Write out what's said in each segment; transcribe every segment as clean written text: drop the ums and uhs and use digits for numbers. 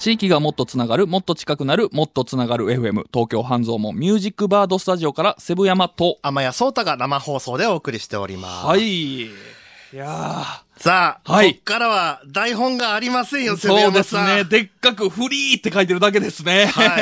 地域がもっとつながる、もっと近くなる、もっとつながる FM 東京半蔵門ミュージックバードスタジオからセブ山と天谷聡太が生放送でお送りしております。 はい。いやさあ、 はい、 こっからは台本がありませんよ、セブそう山さん。 ですね。でっかくフリーって書いてるだけですね。 はい。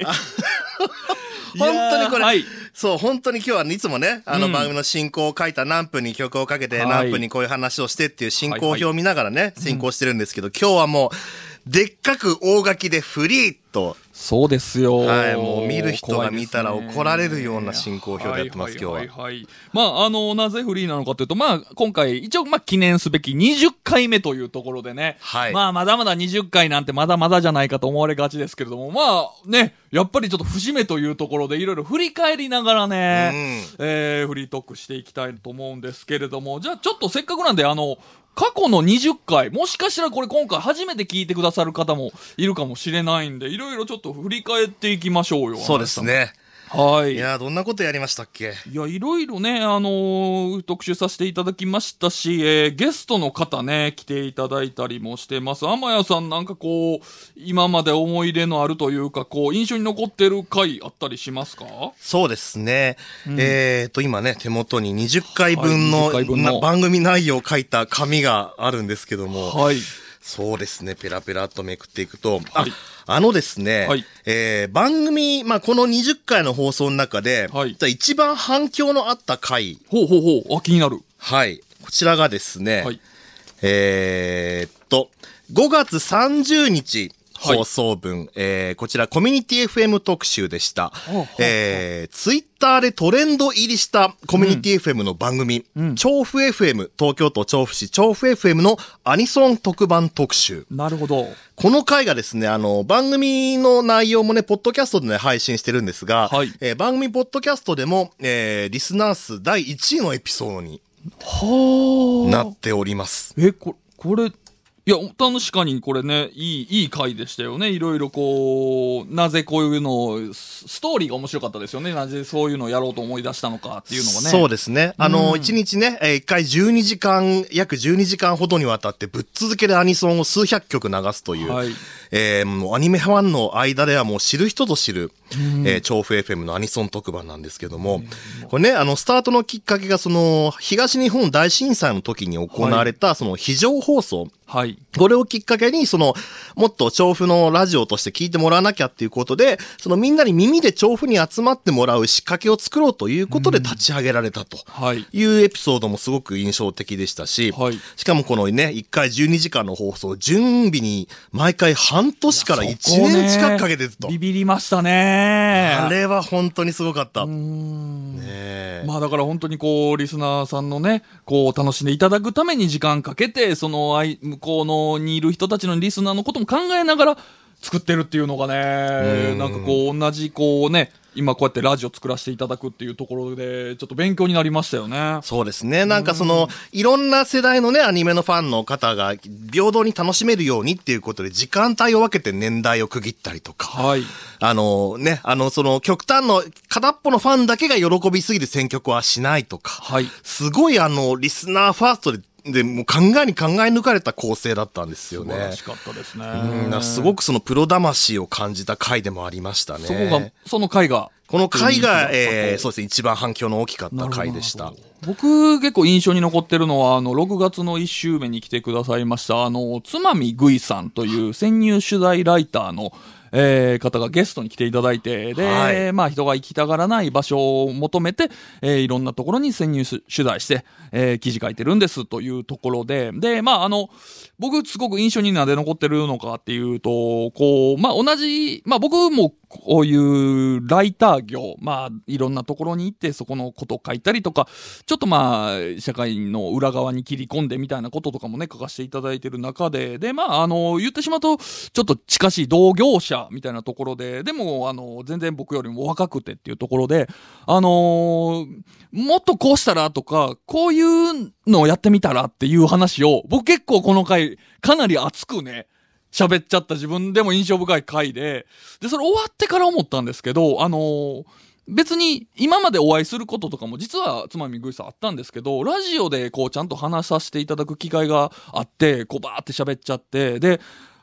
本当にこれ、 はい、 そう、本当に今日はいつもね、番組の進行を書いた何分に曲をかけて、何分にこういう話をしてっていう進行表を見ながらね、進行してるんですけど、今日はもう、でっかく大書きでフリーと。 そうですよ。 はい、もう見る人が見たら怒られるような進行表でやってます、今日は。 はい。まあ、なぜフリーなのかというと、まあ、今回、一応、まあ、記念すべき20回目というところでね。 はい。 まあ、まだまだ20回なんてまだまだじゃないかと思われがちですけれども、まあ、ね、やっぱりちょっと節目というところでいろいろ振り返りながらね、フリートークしていきたいと思うんですけれども、じゃあちょっとせっかくなんで、過去の20回、もしかしたらこれ今回初めて聞いてくださる方もいるかもしれないんで、いろいろちょっと振り返っていきましょうよ。 そうですね。 はい。 いや、どんなことやりましたっけ？ いや、いろいろね、特集させていただきましたし、ゲストの方ね、来ていただいたりもしてます。天谷さんなんかこう、今まで思い入れのあるというか、こう、印象に残ってる回あったりしますか？ そうですね。今ね、手元に20回分の、番組内容を書いた紙があるんですけども、 はい。 そうですね、ペラペラっとめくっていくと、 はい、 ですね、はい、番組、まあ、この20回の放送の中で、はい、一番反響のあった回。 気になる。 はい。こちらがですね、はい、5月30日、放送分、こちらコミュニティ FM 特集でした。ツイッターでトレンド入りしたコミュニティ FM の番組、調布 FM、東京都調布市調布 FM のアニソン特番特集。 なるほど。 この回がですね、番組の内容もね、ポッドキャストでね、配信してるんですが、はい、番組ポッドキャストでも、リスナー数第1位のエピソードになっております。 これ、いや、確かにこれね、いい回でしたよね。いろいろこう、なぜこういうのを、ストーリーが面白かったですよね。なぜそういうのをやろうと思い出したのかっていうのがね。 そうですね。1日ね、1回12時間、約12時間ほどにわたってぶっ続けでアニソンを数百曲流すという、はい、もうアニメファンの間ではもう知る人ぞ知る、調布 FM のアニソン特番なんですけども、これね、スタートのきっかけが東日本大震災の時に行われた、非常放送。 はい。 これをきっかけに、もっと調布のラジオとして聞いてもらわなきゃっていうことで、みんなに耳で調布に集まってもらう仕掛けを作ろうということで立ち上げられたというエピソードもすごく印象的でしたし、はい、しかもこのね、1回12時間の放送、準備に毎回半年から1年近くかけてると。 ビビりましたね。 あれは本当にすごかった。 まあだから本当にこう、リスナーさんのね、こう、楽しんでいただくために時間かけて、向こうのにいる人たちのリスナーのことも考えながら作ってるっていうのがね、なんかこう、同じこうね、今こうやってラジオ作らせていただくっていうところで、ちょっと勉強になりましたよね。 そうですね。なんかいろんな世代のね、アニメのファンの方が平等に楽しめるようにっていうことで、時間帯を分けて年代を区切ったりとか。はい。極端の片っぽのファンだけが喜びすぎる選曲はしないとか。はい。すごいリスナーファーストでもう考えに考え抜かれた構成だったんですよね。 素晴らしかったですね。 すごくプロ魂を感じた回でもありましたね。 その回が。 この回が、そうですね、一番反響の大きかった回でした。 僕結構印象に残ってるのは、6月の1週目に来てくださいました、つまみぐいさんという潜入取材ライターの、方がゲストに来ていただいて、で、はい、まあ人が行きたがらない場所を求めて、いろんなところに潜入取材して、記事書いてるんですというところで、で、まあ僕すごく印象になんで残ってるのかっていうと、こう、まあ同じ、まあ僕もこういうライター業、まあいろんなところに行ってそこのことを書いたりとか、ちょっとまあ社会の裏側に切り込んでみたいなこととかもね書かせていただいてる中で、でまあ言ってしまうとちょっと近しい同業者みたいなところで、でも全然僕よりも若くてっていうところで、もっとこうしたらとか、こういうのをやってみたらっていう話を、僕結構この回かなり熱くね喋っちゃった自分でも印象深い回で、でそれ終わってから思ったんですけど、別に今までお会いすることとかも実はつまみぐいさんあったんですけど、ラジオでこうちゃんと話させていただく機会があって、こうバーって喋っちゃって、で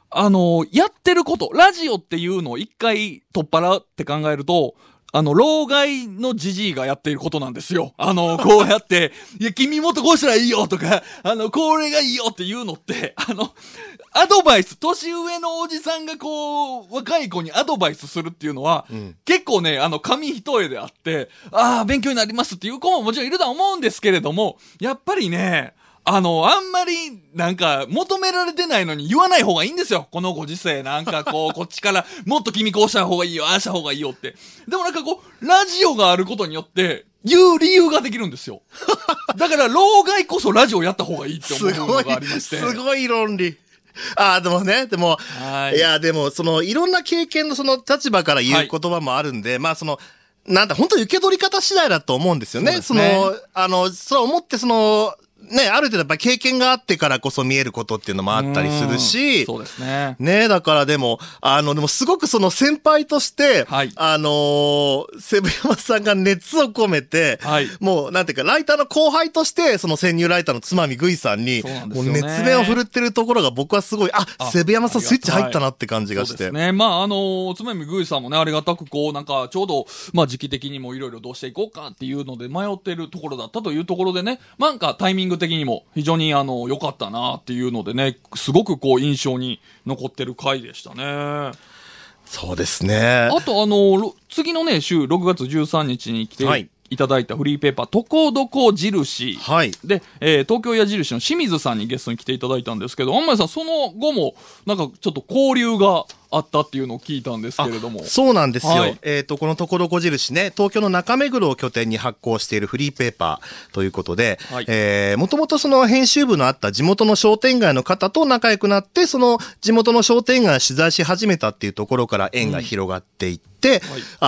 やってること、ラジオっていうのを一回取っ払って考えると、老害のジジイがやっていることなんですよ。こうやって、いや、君もっとこうしたらいいよとか、これがいいよっていうのって、アドバイス、年上のおじさんがこう、若い子にアドバイスするっていうのは、結構ね、紙一重であって、勉強になりますっていう子ももちろんいるとは思うんですけれども、やっぱりね、あんまり、なんか、求められてないのに言わない方がいいんですよ。このご時世。なんかこう、こっちから、もっと君こうした方がいいよ、ああした方がいいよって。でもなんかこう、ラジオがあることによって、言う理由ができるんですよ。だから、老害こそラジオやった方がいいって思うのがありまして。 すごい論理。でもね、いや、でも、いろんな経験の立場から言う言葉もあるんで、まあなんだ、本当に受け取り方次第だと思うんですよね。そう思ってね、ある程度やっぱり経験があってからこそ見えることっていうのもあったりするし、 そうですね。 ね、だからでもすごく先輩として、 はい、 セブ山さんが熱を込めて、はい、もう、なんていうか、ライターの後輩として、潜入ライターのつまみぐいさんに、もう熱弁を振るってるところが僕はすごい、セブ山さんスイッチ入ったなって感じがして。 そうですね。まあ、つまみぐいさんもね、ありがたくこう、なんか、ちょうど、まあ、時期的にもいろいろどうしていこうかっていうので迷ってるところだったというところでね、なんかタイミング的にも非常に良かったなっていうのでね、すごくこう印象に残ってる回でしたね。 そうですね。 あと次のね、週6月13日に来ていただいたフリーペーパー、とこどこ印。 はい。 で、東京矢印の清水さんにゲストに来ていただいたんですけど、あんまりさん、その後も、なんかちょっと交流があったっていうのを聞いたんですけれども。 そうなんですよ。 はい、 このとこどこ印ね、東京の中目黒を拠点に発行しているフリーペーパーということで、もともと編集部のあった地元の商店街の方と仲良くなって、地元の商店街を取材し始めたっていうところから縁が広がっていって、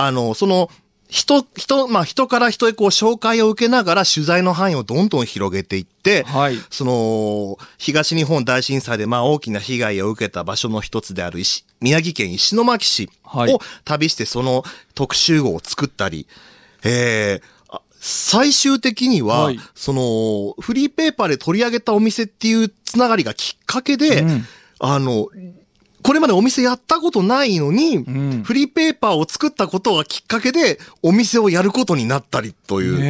人から人へこう紹介を受けながら取材の範囲をどんどん広げていって、はい、東日本大震災で大きな被害を受けた場所の一つである宮城県石巻市を旅してその特集号を作ったり、最終的には、フリーペーパーで取り上げたお店っていうつながりがきっかけで、これまでお店やったことないのに、フリーペーパーを作ったことがきっかけで、お店をやることになったりという、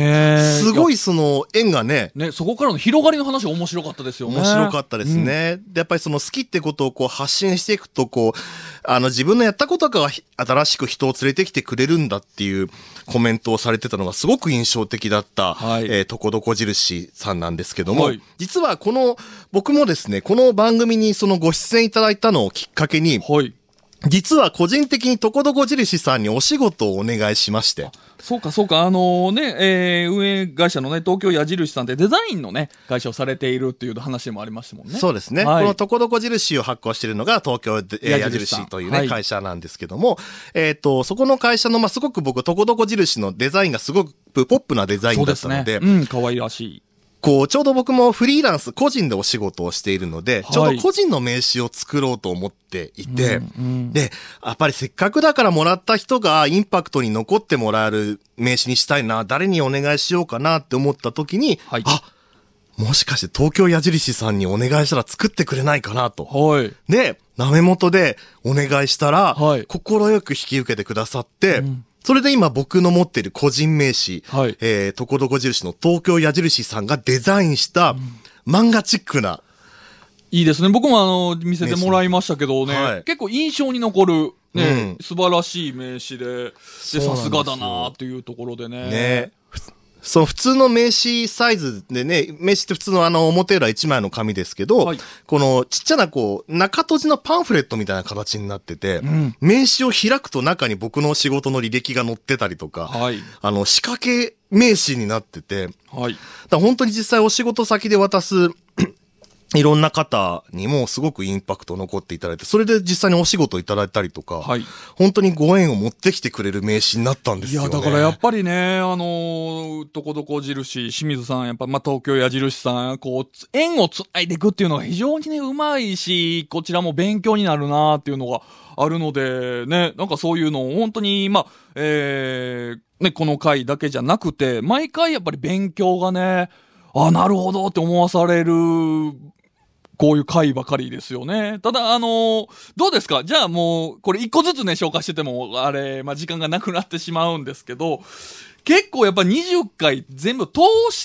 すごい縁がね。 ね、そこからの広がりの話面白かったですよね。 面白かったですね。で、やっぱり好きってことを発信していくと、自分のやったことが新しく人を連れてきてくれるんだっていうコメントをされてたのがすごく印象的だった、とこどこ印さんなんですけども、実は僕もですね、この番組にご出演いただいたのをきっかけに、実は個人的にとこどこ印さんにお仕事をお願いしまして。 そうか。運営会社のね、東京矢印さんってデザインのね、会社をされているっていう話でもありましたもんね。 そうですね。このとこどこ印を発行しているのが東京矢印というね、会社なんですけども、そこの会社の、すごく僕、とこどこ印のデザインがすごくポップなデザインだったので、 可愛らしい。 ちょうど僕もフリーランス、個人でお仕事をしているので、ちょうど個人の名刺を作ろうと思っていて、で、やっぱりせっかくだからもらった人がインパクトに残ってもらえる名刺にしたいな、誰にお願いしようかなって思った時に、もしかして東京矢印さんにお願いしたら作ってくれないかなと。で、ダメ元でお願いしたら、快く引き受けてくださって、それで今僕の持っている個人名刺、とこどこ印の東京矢印さんがデザインした漫画チックな。 いいですね。僕も見せてもらいましたけどね、結構印象に残るね、素晴らしい名刺で、さすがだなっていうところでね。 普通の名刺サイズでね、名刺って普通の表裏1枚の紙ですけど、このちっちゃな中閉じのパンフレットみたいな形になってて、名刺を開くと中に僕の仕事の履歴が載ってたりとか、仕掛け名刺になってて、本当に実際お仕事先で渡す、いろんな方にもすごくインパクト残っていただいて、それで実際にお仕事いただいたりとか、本当にご縁を持ってきてくれる名刺になったんですよね。 いや、だからやっぱりね、とこどこ印、清水さん、やっぱ、東京矢印さん、縁をつないでいくっていうのが非常にね、うまいし、こちらも勉強になるなっていうのがあるので、ね、なんかそういうのを本当に、この回だけじゃなくて、毎回やっぱり勉強がね、なるほどって思わされるこういう回ばかりですよね。ただ、どうですか？じゃあもう、これ一個ずつね、紹介してても、時間がなくなってしまうんですけど、結構やっぱ20回全部通して、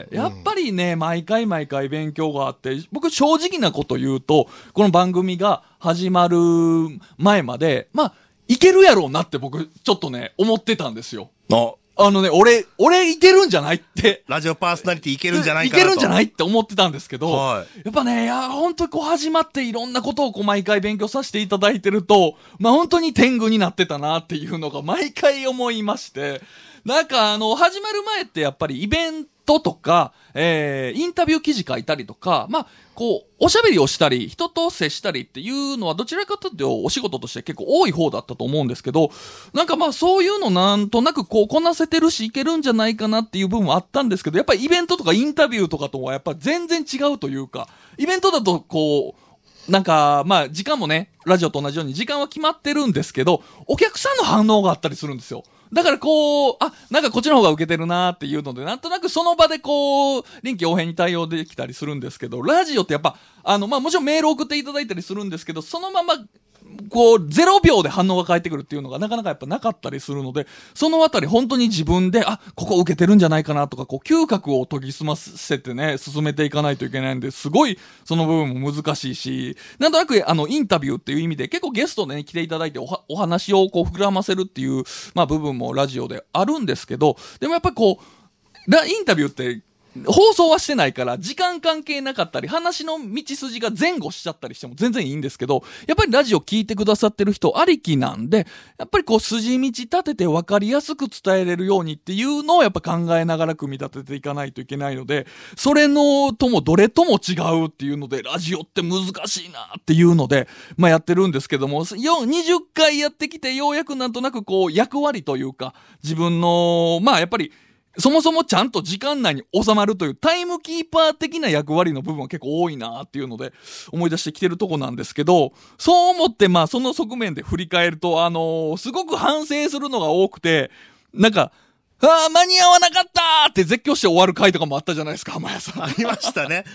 やっぱりね、毎回勉強があって、僕正直なこと言うと、この番組が始まる前まで、いけるやろうなって僕、ちょっとね、思ってたんですよ。俺いけるんじゃないって。 ラジオパーソナリティいけるんじゃないかなと。 いけるんじゃないって思ってたんですけど、やっぱね、本当にこう始まっていろんなことを毎回勉強させていただいてると、本当に天狗になってたなっていうのが毎回思いまして、なんか始まる前ってやっぱりイベントとか、インタビュー記事書いたりとか、おしゃべりをしたり、人と接したりっていうのはどちらかというとお仕事として結構多い方だったと思うんですけど、なんかそういうのなんとなくこなせてるしいけるんじゃないかなっていう部分はあったんですけど、やっぱりイベントとかインタビューとかとはやっぱ全然違うというか、イベントだとなんか、時間もね、ラジオと同じように時間は決まってるんですけど、お客さんの反応があったりするんですよ。だからなんかこっちの方が受けてるなーっていうので、なんとなくその場で臨機応変に対応できたりするんですけど、ラジオってやっぱ、もちろんメール送っていただいたりするんですけど、そのまま、0秒で反応が返ってくるっていうのがなかなかやっぱなかったりするので、そのあたり本当に自分で、ここ受けてるんじゃないかなとか、嗅覚を研ぎ澄ませてね、進めていかないといけないんで、すごいその部分も難しいし、なんとなくインタビューっていう意味で結構ゲストでね、来ていただいてお話を膨らませるっていう、部分もラジオであるんですけど、でもやっぱりインタビューって、放送はしてないから時間関係なかったり話の道筋が前後しちゃったりしても全然いいんですけど、やっぱりラジオ聞いてくださってる人ありきなんで、やっぱり筋道立てて分かりやすく伝えれるようにっていうのをやっぱ考えながら組み立てていかないといけないので、それのともどれとも違うっていうので、ラジオって難しいなっていうのでやってるんですけども、20回やってきてようやくなんとなく役割というか、自分のやっぱりそもそもちゃんと時間内に収まるというタイムキーパー的な役割の部分は結構多いなっていうので思い出してきてるとこなんですけど、そう思ってその側面で振り返るとすごく反省するのが多くて、なんか間に合わなかったーって絶叫して終わる回とかもあったじゃないですか、浜谷さん。 ありましたね。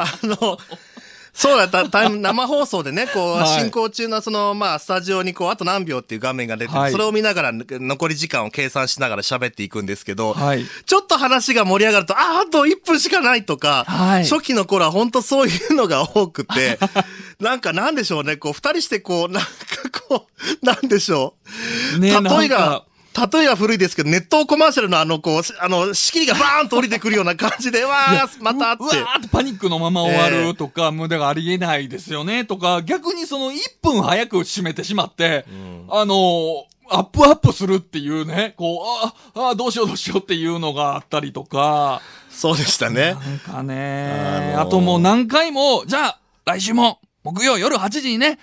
そうだった、生放送でね、進行中のスタジオにあと何秒っていう画面が出て、それを見ながら残り時間を計算しながら喋っていくんですけど、ちょっと話が盛り上がると、あと1分しかないとか、初期の頃は本当そういうのが多くて、なんでしょうね、二人してなんでしょう。例えが古いですけど、ネットコマーシャルの仕切りがバーンと降りてくるような感じで、またあって。 ってパニックのまま終わるとか、無駄がありえないですよね、とか、逆に1分早く締めてしまって、アップするっていうね、どうしようっていうのがあったりとか。 そうでしたね。 なんかね、あともう何回も、じゃあ、来週も、木曜夜8時にね、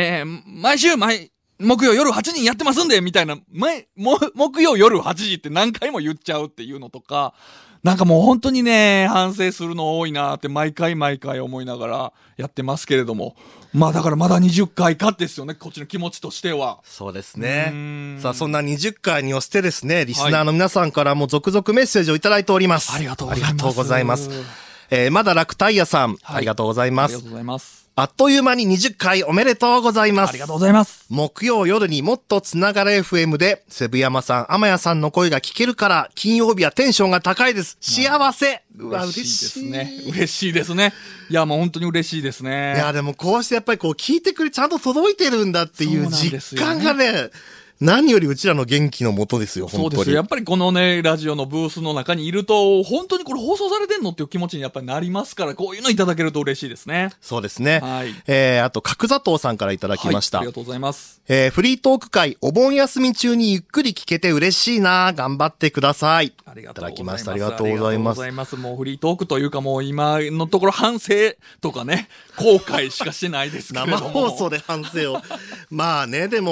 木曜夜8時にやってますんで、みたいな、木曜夜8時って何回も言っちゃうっていうのとか、なんかもう本当にね、反省するの多いなって毎回思いながらやってますけれども。だからまだ20回かですよね、こっちの気持ちとしては。 そうですね。さあ、そんな20回に寄せてですね、リスナーの皆さんからも続々メッセージをいただいております。 ありがとうございます。まだ楽タイヤさん、ありがとうございます。 ありがとうございます。 あっという間に20回おめでとうございます。 ありがとうございます。 木曜夜にもっとつながれ FM で、セブ山さん、天谷さんの声が聞けるから、金曜日はテンションが高いです。幸せ。 嬉しいですね。嬉しいですね。いや、もう本当に嬉しいですね。 いや、でもこうしてやっぱり聞いてくれ、ちゃんと届いてるんだっていう実感がね、何よりうちらの元気のもとですよ、本当に。 そうですよ。やっぱりこのね、ラジオのブースの中にいると、本当にこれ放送されてんのっていう気持ちにやっぱりなりますから、こういうのいただけると嬉しいですね。 そうですね。あと、角砂糖さんからいただきました。 ありがとうございます。 フリートーク会、お盆休み中にゆっくり聞けて嬉しいな。頑張ってください。 ありがとうございます。 ありがとうございます。 もうフリートークというかもう今のところ反省とかね、後悔しかしてないですけれども。 生放送で反省を。でも、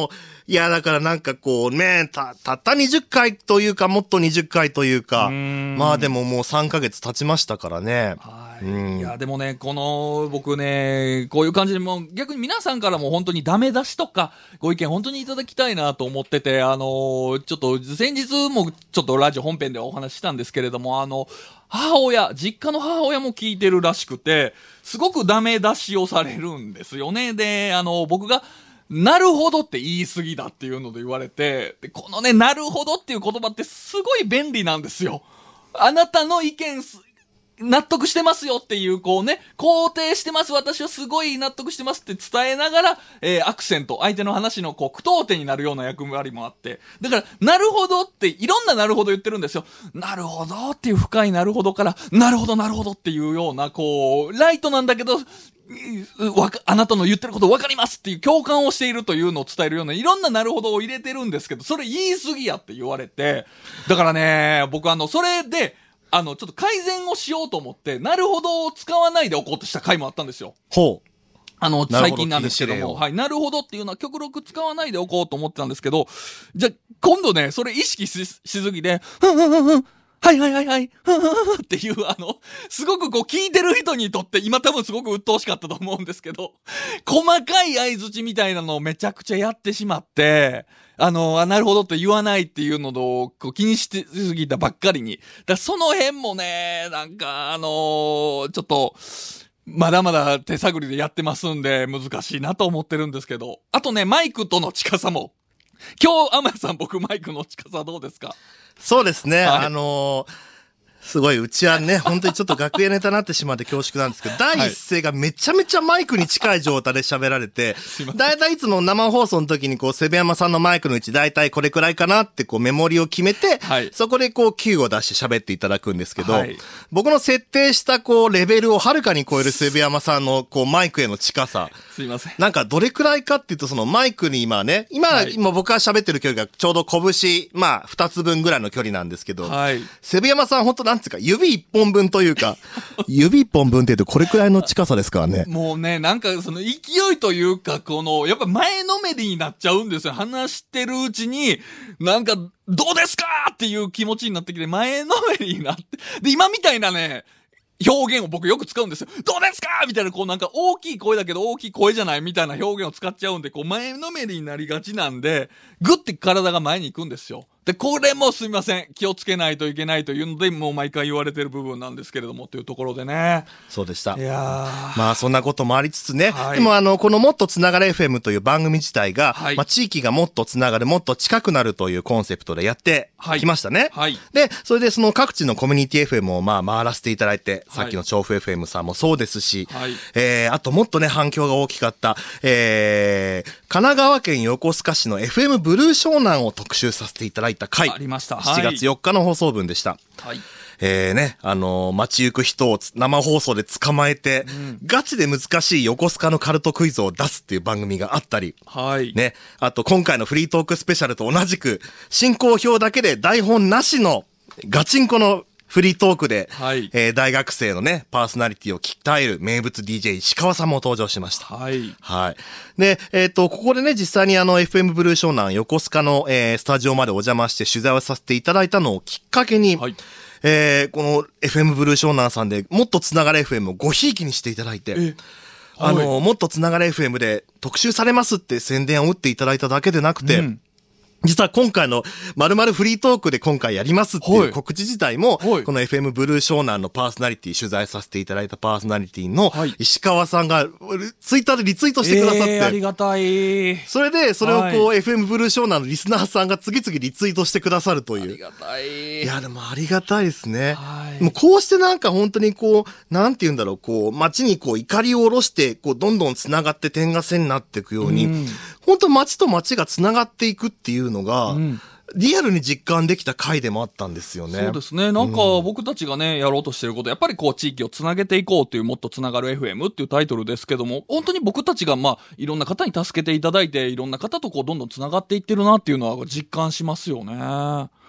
いや、だからなんかこうね、たった20回というか、もっと20回というか、まあでももう3ヶ月経ちましたからね。 はい。いや、でもね、僕ね、こういう感じでもう逆に皆さんからも本当にダメ出しとか、ご意見本当にいただきたいなと思ってて、ちょっと先日もちょっとラジオ本編でお話ししたんですけれども、実家の母親も聞いてるらしくて、すごくダメ出しをされるんですよね。で、僕が、なるほどって言い過ぎだっていうので言われて、でこのね、なるほどっていう言葉ってすごい便利なんですよ。あなたの意見納得してますよっていう、こうね、肯定してます、私はすごい納得してますって伝えながら、アクセント、相手の話のこう、句読点になるような役割もあって。だから、なるほどって、いろんななるほど言ってるんですよ。なるほどっていう深いなるほどから、なるほどなるほどっていうような、こう、ライトなんだけど、あなたの言ってること分かりますっていう共感をしているというのを伝えるようないろんななるほどを入れてるんですけど、それ言い過ぎやって言われて、だからね、僕それで、ちょっと改善をしようと思って、なるほどを使わないでおこうとした回もあったんですよ。 ほう。最近なんですけども、はい、なるほどっていうのは極力使わないでおこうと思ってたんですけど、じゃ、今度ね、それ意識しすぎて、はいはいはいはい、っていうすごくこう聞いてる人にとって今多分すごく鬱陶しかったと思うんですけど、細かい相槌みたいなのをめちゃくちゃやってしまって、なるほどって言わないっていうのをこう気にしてすぎたばっかりに。その辺もね、なんかちょっと、まだまだ手探りでやってますんで難しいなと思ってるんですけど。あとね、マイクとの近さも。今日、天谷さん僕マイクの近さどうですか？ そうですね。はい、すごい、うちはね、本当にちょっと楽屋ネタになってしまって恐縮なんですけど、第一声がめちゃめちゃマイクに近い状態で喋られて、だいたいいつも生放送の時にこう、セベヤマさんのマイクの位置だいたいこれくらいかなってこう、メモリを決めて、はい、そこでこう、Q を出して喋っていただくんですけど、はい、僕の設定したこう、レベルをはるかに超えるセベヤマさんのこう、マイクへの近さ。 すいません。 なんかどれくらいかっていうと、そのマイクに今ね、今僕が喋ってる距離がちょうど拳、まあ、2つ分ぐらいの距離なんですけど、はい、セベヤマさん本当なんつうか、指1本分というか、指1本分って言うとこれくらいの近さですからね。 もうね、なんかその勢いというか、やっぱ前のめりになっちゃうんですよ。話してるうちに、なんか、どうですかっていう気持ちになってきて、前のめりになって。で、今みたいなね、表現を僕よく使うんですよ。どうですかみたいな、こうなんか大きい声だけど大きい声じゃないみたいな表現を使っちゃうんで、こう前のめりになりがちなんで、ぐって体が前に行くんですよ。で、これもすみません。気をつけないといけないというので、もう毎回言われてる部分なんですけれども、というところでね。 そうでした。 いやまあ、そんなこともありつつね。はい、でもこのもっとつながれ FM という番組自体が、はい、まあ、地域がもっとつながる、もっと近くなるというコンセプトでやってきましたね。はい。で、それでその各地のコミュニティ FM をまあ回らせていただいて、さっきの調布 FM さんもそうですし、はい、あともっとね、反響が大きかった、神奈川県横須賀市の FM ブルー湘南を特集させていただいた回。 ありました。 7月4日の放送分でした。はい。ね、街行く人を生放送で捕まえて、ガチで難しい横須賀のカルトクイズを出すっていう番組があったり、はい。ね、あと今回のフリートークスペシャルと同じく、進行表だけで台本なしのガチンコのフリートークで、はい、大学生のね、パーソナリティを鍛える名物 DJ 石川さんも登場しました。はい。はい。で、ここでね、実際にFM ブルー湘南横須賀の、スタジオまでお邪魔して取材をさせていただいたのをきっかけに、はい、この FM ブルー湘南さんでもっとつながれ FM をごひいきにしていただいて、はい、もっとつながれ FM で特集されますって宣伝を打っていただいただけでなくて、実は今回の〇〇フリートークで今回やりますっていう告知自体も、この FM ブルー湘南のパーソナリティ、取材させていただいたパーソナリティの石川さんがツイッターでリツイートしてくださって、 ありがたい。 それで、それをこう FM ブルー湘南のリスナーさんが次々リツイートしてくださるという。ありがたい。 いや、でもありがたいですね。もうこうしてなんか本当にこう、なんて言うんだろう、こう、街にこう怒りを下ろして、こう、どんどん繋がって点が線になっていくように、本当街と街が繋がっていくっていうのが、リアルに実感できた回でもあったんですよね。 そうですね。なんか僕たちがね、やろうとしてること、やっぱりこう地域をつなげていこうというもっとつながる FM っていうタイトルですけども、本当に僕たちがまあ、いろんな方に助けていただいて、いろんな方とこうどんどんつながっていってるなっていうのは実感しますよね。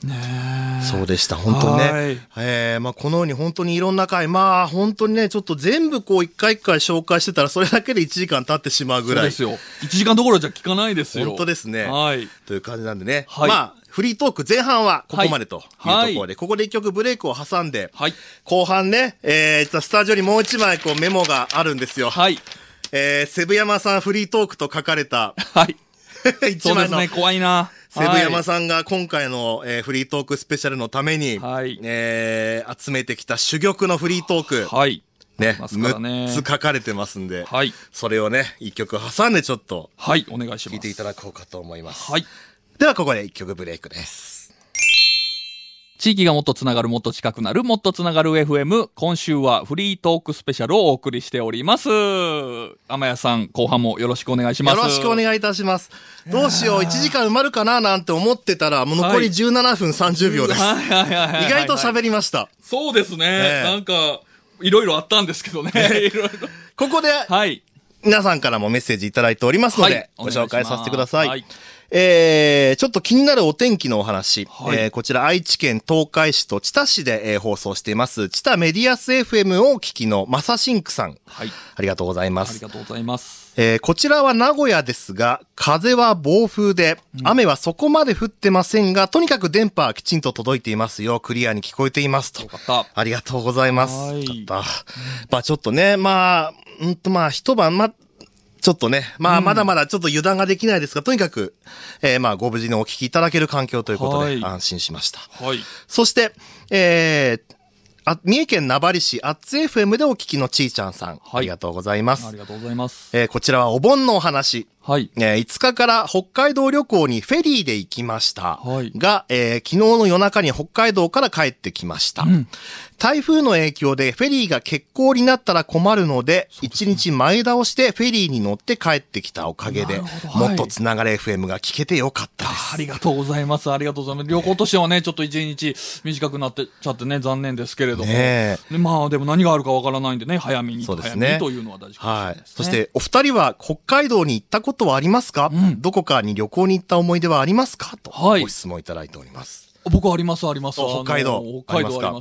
そうでした、本当にね。まあ、このように本当にいろんな回、まあ、本当にね、ちょっと全部こう、一回一回紹介してたら、それだけで1時間経ってしまうぐらい。 そうですよ。1時間どころじゃ聞かないですよ。 本当ですね。 はい。 という感じなんでね。 はい。 まあ、フリートーク前半はここまでというところで、ここで一曲ブレイクを挟んで、後半ね、実はスタジオにもう一枚こうメモがあるんですよ。はい。セブ山さんフリートークと書かれた、はい。一枚の。そうですね、怖いな。セブ山さんが今回の、フリートークスペシャルのために、集めてきた珠玉のフリートーク。はい。ね、6つ書かれてますんで、はい。それをね、一曲挟んでちょっと、はい、お願いします。聞いていただこうかと思います。はい。ではここで一曲ブレイクです。地域がもっとつながる、もっと近くなる、もっとつながる FM。今週はフリートークスペシャルをお送りしております。天谷さん、後半もよろしくお願いします。よろしくお願いいたします。どうしよう、1時間埋まるかななんて思ってたら、もう残り17分30秒です。意外と喋りました。そうですね。なんか、いろいろあったんですけどね。いろいろ。ここで、はい。皆さんからもメッセージいただいておりますので、ご紹介させてください。はい。ちょっと気になるお天気のお話。はい、こちら愛知県東海市と知多市で、放送しています。知多メディアス FM をお聞きのマサシンクさん。はい。ありがとうございます。ありがとうございます。こちらは名古屋ですが、風は暴風で、雨はそこまで降ってませんが、とにかく電波はきちんと届いていますよ。クリアに聞こえていますと。よかった。ありがとうございます。はい。よかった。まあちょっとね、まあ一晩ちょっとね、まあ、まだまだちょっと油断ができないですが、とにかく、まあ、ご無事にお聞きいただける環境ということで、安心しました。はい。そして、三重県名張市、アッツ FM でお聞きのちーちゃんさん。はい。ありがとうございます。ありがとうございます。こちらはお盆のお話。はい。5日から北海道旅行にフェリーで行きました。はい。が、昨日の夜中に北海道から帰ってきました。うん。台風の影響でフェリーが欠航になったら困るので、1日前倒してフェリーに乗って帰ってきたおかげで、もっとつながれ FM が聞けてよかったです。ありがとうございます。ありがとうございます。旅行としてはね、ちょっと1日短くなってちゃってね、残念ですけれども。ねえ。まあ、でも何があるかわからないんでね、早めに。そうですね。早めにというのは大事かもしれないですね。はい。そして、お二人は北海道に行ったことはありますか？うん。どこかに旅行に行った思い出はありますか？と、ご質問いただいております。僕はあります、あります。北海道。北海道あります。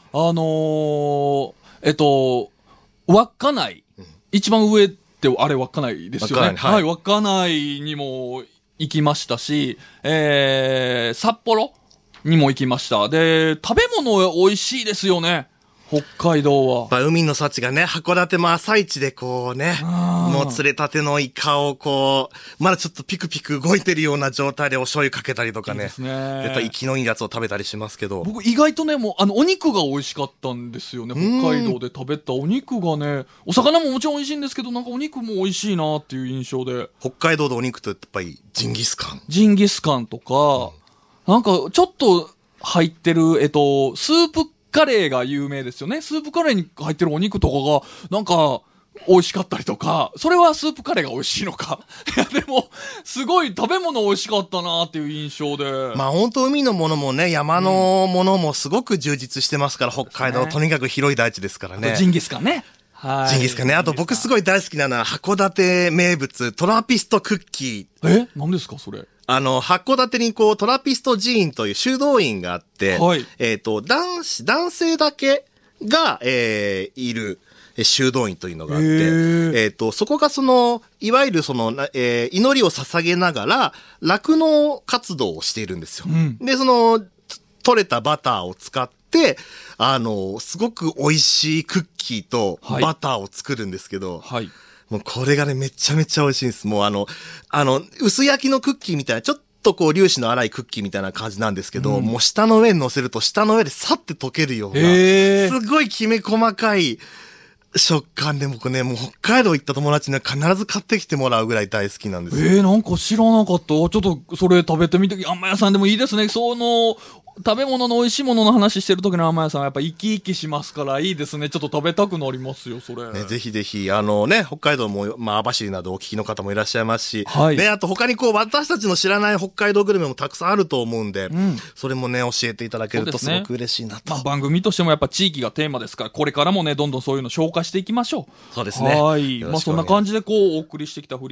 稚内、一番上ってあれ稚内ですよね。はい、稚内にも行きましたし、札幌にも行きました。で、食べ物美味しいですよね。北海道は。やっぱ海の幸がね、函館も朝市でこうね、もう釣れたてのイカをこう、まだちょっとピクピク動いてるような状態でお醤油かけたりとかね。いいですね。やっぱ生きのいいやつを食べたりしますけど。僕意外とね、もうお肉が美味しかったんですよね。北海道で食べたお肉がね、お魚ももちろん美味しいんですけど、なんかお肉も美味しいなっていう印象で。北海道でお肉とやっぱりジンギスカン。ジンギスカンとか、なんかちょっと入ってる、スープカレーが有名ですよね。スープカレーに入ってるお肉とかが、なんか、美味しかったりとか、それはスープカレーが美味しいのか。いや、でも、すごい食べ物美味しかったなっていう印象で。まあ本当海のものもね、山のものもすごく充実してますから、北海道、とにかく広い大地ですからね。ジンギスカンね。はい。ジンギスカンね。あと僕すごい大好きなのは、函館名物、トラピストクッキー。何ですか、それ。函館にこう、トラピスト寺院という修道院があって、はい。男性だけが、いる修道院というのがあって、そこがいわゆる祈りを捧げながら、酪農活動をしているんですよ。うん、で、取れたバターを使って、すごく美味しいクッキーとバターを作るんですけど、はい。もうこれがね、めちゃめちゃ美味しいんです。もう薄焼きのクッキーみたいな、ちょっとこう粒子の粗いクッキーみたいな感じなんですけど、もう下の上に乗せると下の上でさって溶けるような、すごいきめ細かい食感で僕ね、もう北海道行った友達には必ず買ってきてもらうぐらい大好きなんですよ。なんか知らなかった。ちょっとそれ食べてみて、あんま屋さんでもいいですね。食べ物の美味しいものの話してる時の甘屋さんはやっぱ生き生きしますからいいですね。ちょっと食べたくなりますよ、それ。ね、ぜひぜひ、北海道も、まあ、網走などお聞きの方もいらっしゃいますし、はい。ね、あと他にこう、私たちの知らない北海道グルメもたくさんあると思うんで、それもね、教えていただけるとすごく嬉しいなと。まあ、番組としてもやっぱ地域がテーマですから、これからもね、どんどんそういうの紹介していきましょう。そうですね。はい。まあ、そんな感じでこう、お送りしてきたフリート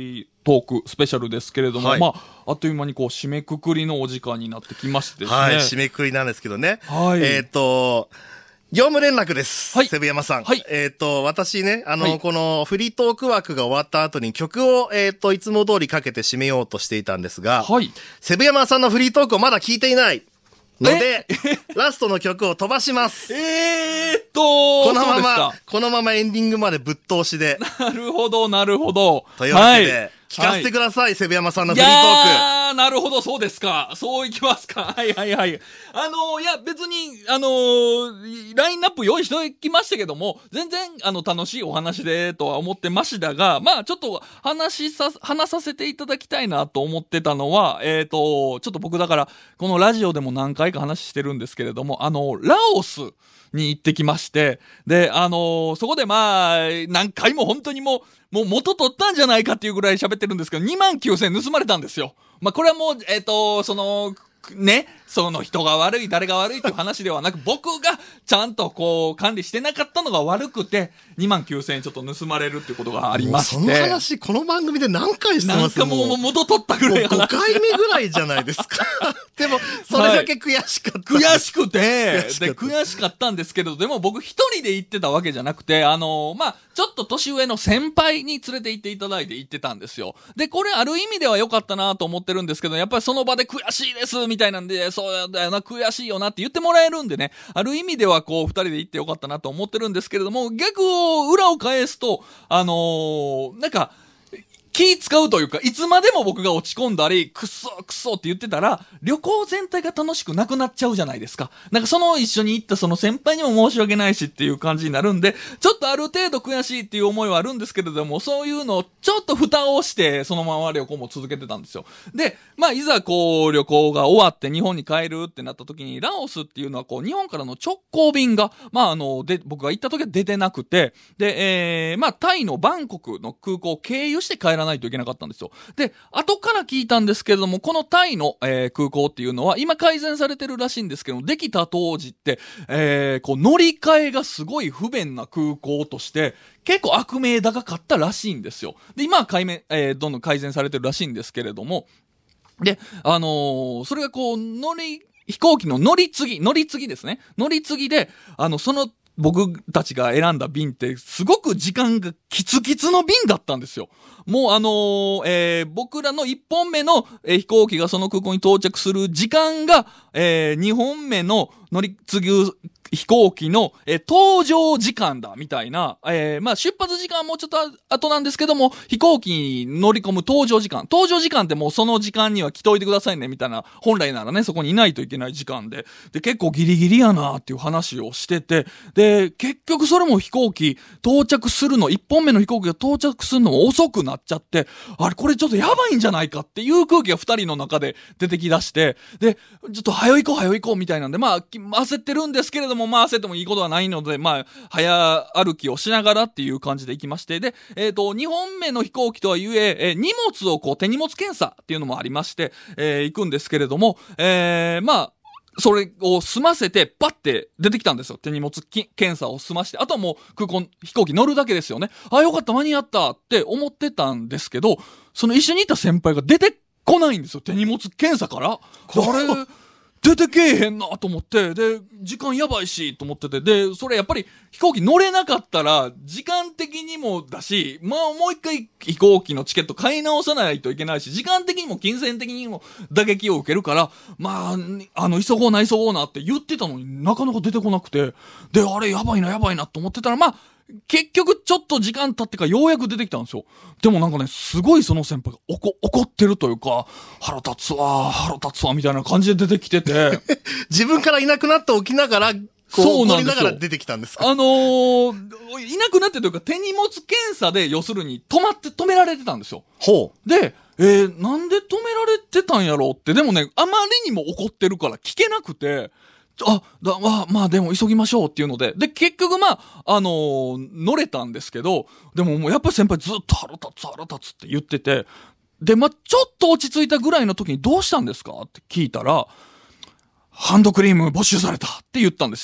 トークスペシャルですけれども、 はい、 まあ、あっという間にこう、締めくくりのお時間になってきましてですね。 はい、締めくくりなんですけどね。 はい。 業務連絡です。 はい。 セブ山さん。 はい。 私ね、 はい、 このフリートーク枠が終わった後に曲を、いつも通りかけて締めようとしていたんですが、 はい。 セブ山さんのフリートークをまだ聞いていないので、ラストの曲を飛ばします。このままエンディングまでぶっ通しで。 なるほど、なるほど。 というわけで、はい、聞かせてください、セブ山さんのフリートーク。いやー、なるほど、そうですか。そういきますか。はいはいはい。いや、別に、ラインナップ用意しておきましたけども、全然、楽しいお話で、とは思ってましたが、まあ、ちょっと、話させていただきたいなと思ってたのは、ちょっと僕だから、このラジオでも何回か話してるんですけれども、ラオスに行ってきまして、で、そこでまあ、何回も本当にもう元取ったんじゃないかっていうぐらい喋ってるんですけど、29,000円盗まれたんですよ。まあ、これはもう、その人が悪い、誰が悪いっていう話ではなく、僕がちゃんとこう管理してなかったのが悪くて、29,000円ちょっと盗まれるっていうことがありまして。 その話、この番組で何回してますか？ なんかもう元取ったぐらい 5回目ぐらいじゃないですか。でも、それだけ悔しかった。 悔しくて、悔しかったんですけど、でも僕一人で行ってたわけじゃなくて、まあ、ちょっと年上の先輩に連れて行っていただいて行ってたんですよ。で、これある意味では良かったなと思ってるんですけど、やっぱりその場で悔しいですみたいなんで、そうだよな、悔しいよなって言ってもらえるんでね、ある意味ではこう二人で行ってよかったなと思ってるんですけれども、逆を裏を返すと、なんか、気使うというか、いつまでも僕が落ち込んだり、くそって言ってたら、旅行全体が楽しくなくなっちゃうじゃないですか。なんか一緒に行ったその先輩にも申し訳ないしっていう感じになるんで、ちょっとある程度悔しいっていう思いはあるんですけれども、そういうのをちょっと蓋をして、そのまま旅行も続けてたんですよ。で、まあ、いざこう、旅行が終わって日本に帰るってなった時に、ラオスっていうのはこう、日本からの直行便が、まあ、僕が行った時は出てなくて、で、まあ、タイのバンコクの空港を経由して帰らないといけなかったんですよ。で、後から聞いたんですけれども、このタイの、空港っていうのは今改善されてるらしいんですけども、できた当時って、こう乗り換えがすごい不便な空港として結構悪名高かったらしいんですよ。で、今はどんどん改善されてるらしいんですけれども、で、それがこう飛行機の乗り継ぎですね。乗り継ぎで、僕たちが選んだ便ってすごく時間がキツキツの便だったんですよ。もう僕らの1本目の、飛行機がその空港に到着する時間が、2本目の乗り継ぎ飛行機の、搭乗時間だみたいな、まあ出発時間はもうちょっと後なんですけども、飛行機に乗り込む搭乗時間ってもうその時間には来ておいてくださいねみたいな、本来ならねそこにいないといけない時間で結構ギリギリやなっていう話をしてて、で結局それも飛行機到着するの1本目の飛行機が到着するのも遅くなっちゃって、あれこれちょっとやばいんじゃないかっていう空気が2人の中で出てきだして、でちょっと早行こうみたいなんで、まあ焦ってるんですけれども、まあ焦ってもいいことはないので、まあ早歩きをしながらっていう感じで行きまして、で2本目の飛行機とはいえ荷物をこう手荷物検査っていうのもありまして、行くんですけれども、まあそれを済ませてパッて出てきたんですよ。手荷物検査を済まして、あとはもう飛行機乗るだけですよね。あ、よかった間に合ったって思ってたんですけど、その一緒にいた先輩が出てこないんですよ。手荷物検査から。あれ出てけえへんなと思って、で時間やばいしと思ってて、でそれやっぱり飛行機乗れなかったら時間的にもだし、まあもう一回飛行機のチケット買い直さないといけないし、時間的にも金銭的にも打撃を受けるから、まあ急ごうなって言ってたのになかなか出てこなくて、であれやばいなと思ってたら、まあ結局ちょっと時間経ってからようやく出てきたんですよ。でもなんかね、すごいその先輩が怒ってるというか、腹立つわみたいな感じで出てきてて自分からいなくなっておきながら、 そうなんですよ。怒りながら出てきたんですか？ いなくなってというか、手荷物検査で要するに止められてたんですよ。 ほう。 で、なんで止められてたんやろうって、でもね、あまりにも怒ってるから聞けなくて、まあでも急ぎましょうっていうので、で結局まあ乗れたんですけど、でももうやっぱり先輩ずっと腹立つって言ってて、でまあちょっと落ち着いたぐらいの時にどうしたんですかって聞いたら、ハンドクリーム没収されたって言ったんですよ。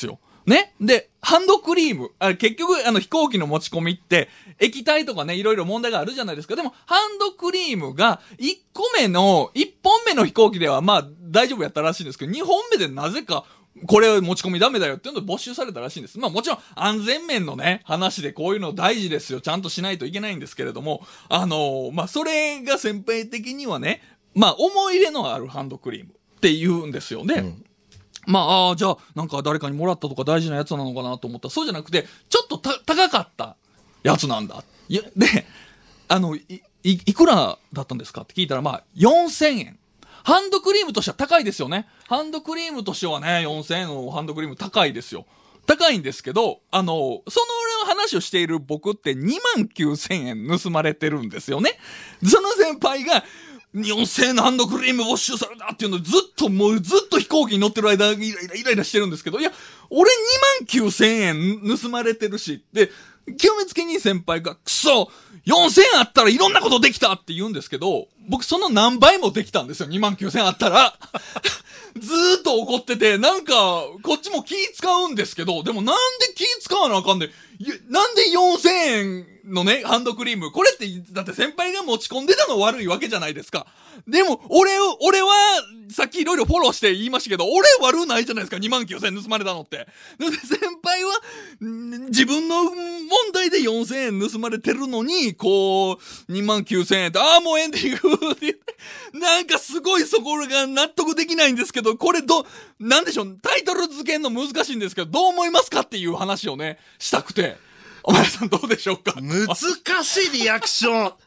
ね。で、ハンドクリーム。結局、飛行機の持ち込みって、液体とかね、いろいろ問題があるじゃないですか。でも、ハンドクリームが、1本目の飛行機では、まあ、大丈夫やったらしいんですけど、2本目でなぜか、これ持ち込みダメだよっていうので没収されたらしいんです。まあもちろん安全面のね、話でこういうの大事ですよ。ちゃんとしないといけないんですけれども、まあそれが先輩的にはね、まあ思い入れのあるハンドクリームって言うんですよね。まあ、じゃあ、なんか誰かにもらったとか大事なやつなのかなと思ったら、そうじゃなくて、ちょっと高かったやつなんだ。で、いくらだったんですかって聞いたら、まあ、4000円。ハンドクリームとしては高いですよね。ハンドクリームとしてはね、4000円のハンドクリーム高いですよ。高いんですけど、その話をしている僕って29000円盗まれてるんですよね。その先輩が、4000円のハンドクリーム没収されたっていうので、ずっと飛行機に乗ってる間、イライラしてるんですけど、いや、俺29000円盗まれてるし、で、極めつけに先輩が、くそ !4000 円あったらいろんなことできたって言うんですけど、僕その何倍もできたんですよ、29000円あったら。ずーっと怒ってて、なんか、こっちも気使うんですけど、でもなんで気使わなあかんで、なんで4000円のね、ハンドクリーム、これって、だって先輩が持ち込んでたの悪いわけじゃないですか。でも、俺は、さっきいろいろフォローして言いましたけど、俺悪ないじゃないですか、29000円盗まれたのって。で、先輩は、自分の問題で4000円盗まれてるのに、こう、29000円って、もうエンディングって言って、なんかすごいそこが納得できないんですけど、これなんでしょう、タイトル付けんの難しいんですけど、どう思いますかっていう話をね、したくて。お前さんどうでしょうか？ 難しいリアクション。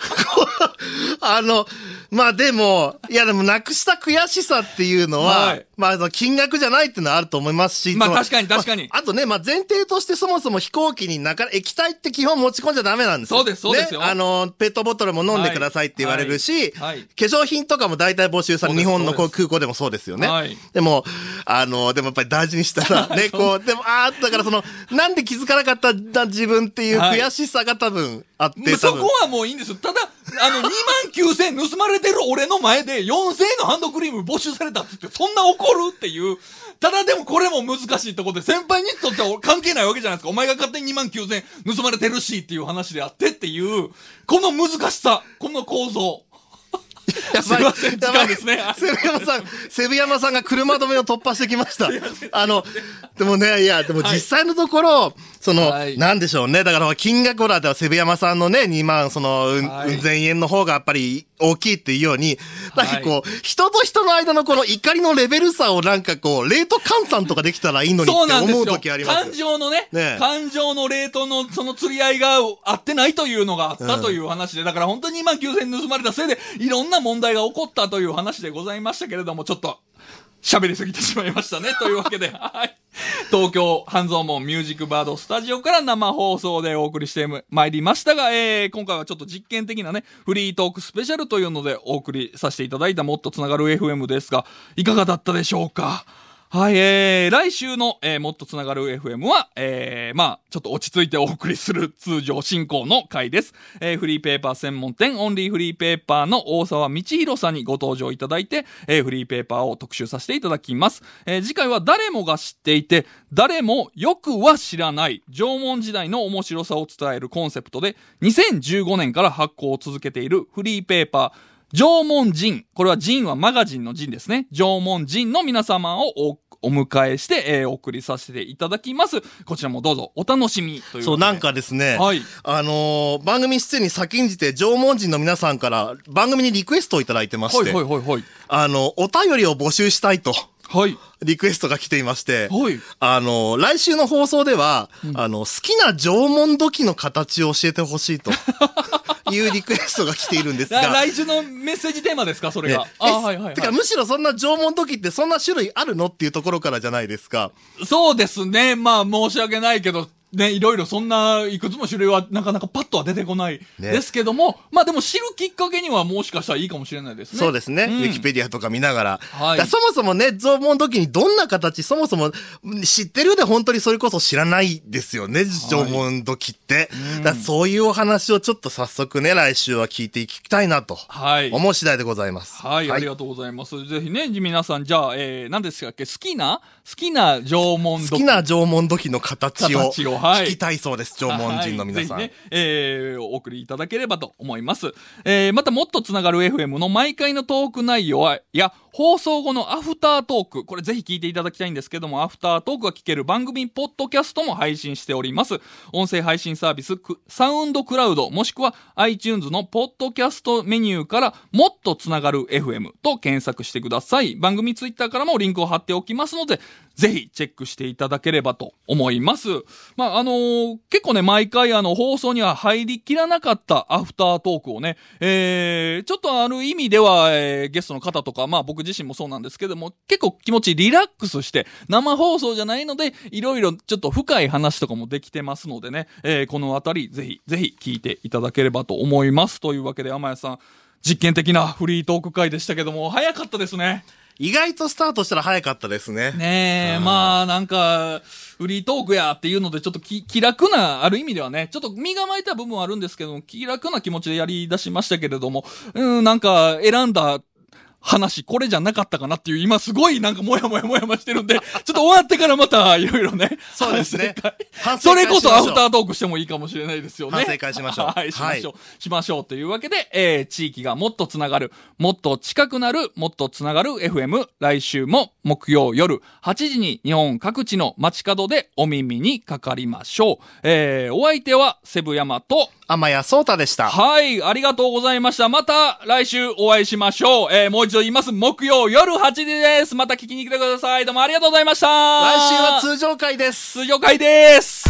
まあでもなくした悔しさっていうのは、はい、まあ金額じゃないっていうのはあると思いますし。 まあ確かに。 あとね、まあ前提としてそもそも飛行機に液体って基本持ち込んじゃダメなんですよ。 そうですよ。 ね、ペットボトルも飲んでくださいって言われるし、化粧品とかも大体募集される日本の空港でもそうですよね。はい、でもやっぱり大事にしたらね、こう、でもだからなんで気づかなかったんだ自分っていう悔しさが多分あって、 そこはもういいんですよ。ただ、29000円盗まれてる俺の前で4000円のハンドクリーム没収されたって言って、そんな怒るっていう。ただでもこれも難しいところで、先輩にとっては関係ないわけじゃないですか。お前が勝手に29000円盗まれてるしっていう話であってっていう、この難しさ、この構造。すいません、時間ですね。 セブ山さんが車止めを突破してきました。でもね、でも実際のところ、なんでしょうね。だから金額ではセブ山さんのね、2万、うん千円の方がやっぱり大きいっていうように、なんかこう、人と人の間のこの怒りのレベル差をなんかこう、レート換算とかできたらいいのにって思う時あります。 感情のね、感情のレートのその釣り合いが合ってないというのがあったという話で、だから本当に29000円盗まれたせいで、いろんな問題が起こったという話でございましたけれども、ちょっと、喋りすぎてしまいましたね。というわけで、はい。東京半蔵門ミュージックバードスタジオから生放送でお送りしてまいりましたが、今回はちょっと実験的なね、フリートークスペシャルというのでお送りさせていただいたもっとつながる FM ですが、いかがだったでしょうか？はい、来週の、もっとつながる FM は、まあ、ちょっと落ち着いてお送りする通常進行の回です。フリーペーパー専門店、オンリーフリーペーパーの大沢道弘さんにご登場いただいて、フリーペーパーを特集させていただきます。次回は誰もが知っていて、誰もよくは知らない縄文時代の面白さを伝えるコンセプトで、2015年から発行を続けているフリーペーパー、縄文人。これは人はマガジンの人ですね。縄文人の皆様をお迎えして、お送りさせていただきます。こちらもどうぞお楽しみという。 そう、なんかですね。はい。番組出演に先んじて縄文人の皆さんから番組にリクエストをいただいてまして。はい。お便りを募集したいと。はい。リクエストが来ていまして。はい。来週の放送では、好きな縄文土器の形を教えてほしいと。いうリクエストが来ているんですが。 来週のメッセージテーマですか、それが。はい。 てか、むしろそんな縄文土器ってそんな種類あるのっていうところからじゃないですか。 そうですね。まあ、申し訳ないけど、 ね、いろいろそんないくつも種類はなかなかパッとは出てこないですけども、まあでも知るきっかけにはもしかしたらいいかもしれないですね。 そうですね。ウィキペディアとか見ながら。そもそもね、縄文土器にどんな形、そもそも知ってるで本当にそれこそ知らないですよね、縄文土器って。そういうお話をちょっと早速ね、来週は聞いていきたいなと思う次第でございます。 はい、ありがとうございます。ぜひね、皆さん、じゃあ、何ですかっけ、好きな縄文土器。 好きな縄文土器の形を聞きたいそうです、縄文人の皆さん。 ぜひね、お送りいただければと思います。またもっとつながる FM の毎回のトーク内容や放送後のアフタートーク、これぜひ聞いていただきたいんですけども、アフタートークが聞ける番組ポッドキャストも配信しております。音声配信サービスサウンドクラウドもしくは iTunes のポッドキャストメニューからもっとつながる FM と検索してください。番組ツイッターからもリンクを貼っておきますので、ぜひチェックしていただければと思います。まあ、結構ね、毎回放送には入りきらなかったアフタートークをね、ちょっとある意味では、ゲストの方とか、まあ僕自身もそうなんですけども、結構気持ちリラックスして、生放送じゃないので、いろいろちょっと深い話とかもできてますのでね、このあたり、ぜひ聞いていただければと思います。というわけで、天谷さん、実験的なフリートーク会でしたけども、早かったですね。 意外とスタートしたら早かったですね。 ねえ、まあなんか、フリートークやっていうのでちょっと気楽な、ある意味ではね、ちょっと身構えた部分はあるんですけども、気楽な気持ちでやり出しましたけれども、なんか選んだ話、これじゃなかったかなっていう、今すごいなんかもやもやしてるんで、ちょっと終わってからまたいろいろね。 そうですね。 それこそアフタートークしてもいいかもしれないですよね。 反省会しましょう。 はい、しましょう。というわけで、地域がもっとつながる、もっと近くなる、もっとつながる FM、来週も木曜夜8時に日本各地の街角でお耳にかかりましょう。お相手はセブヤマと天谷聡太でした。 はい、ありがとうございました。また来週お会いしましょう。もう一度言います。木曜夜8時です。また聞きに来てください。どうもありがとうございました。 来週は通常回です。 通常回です。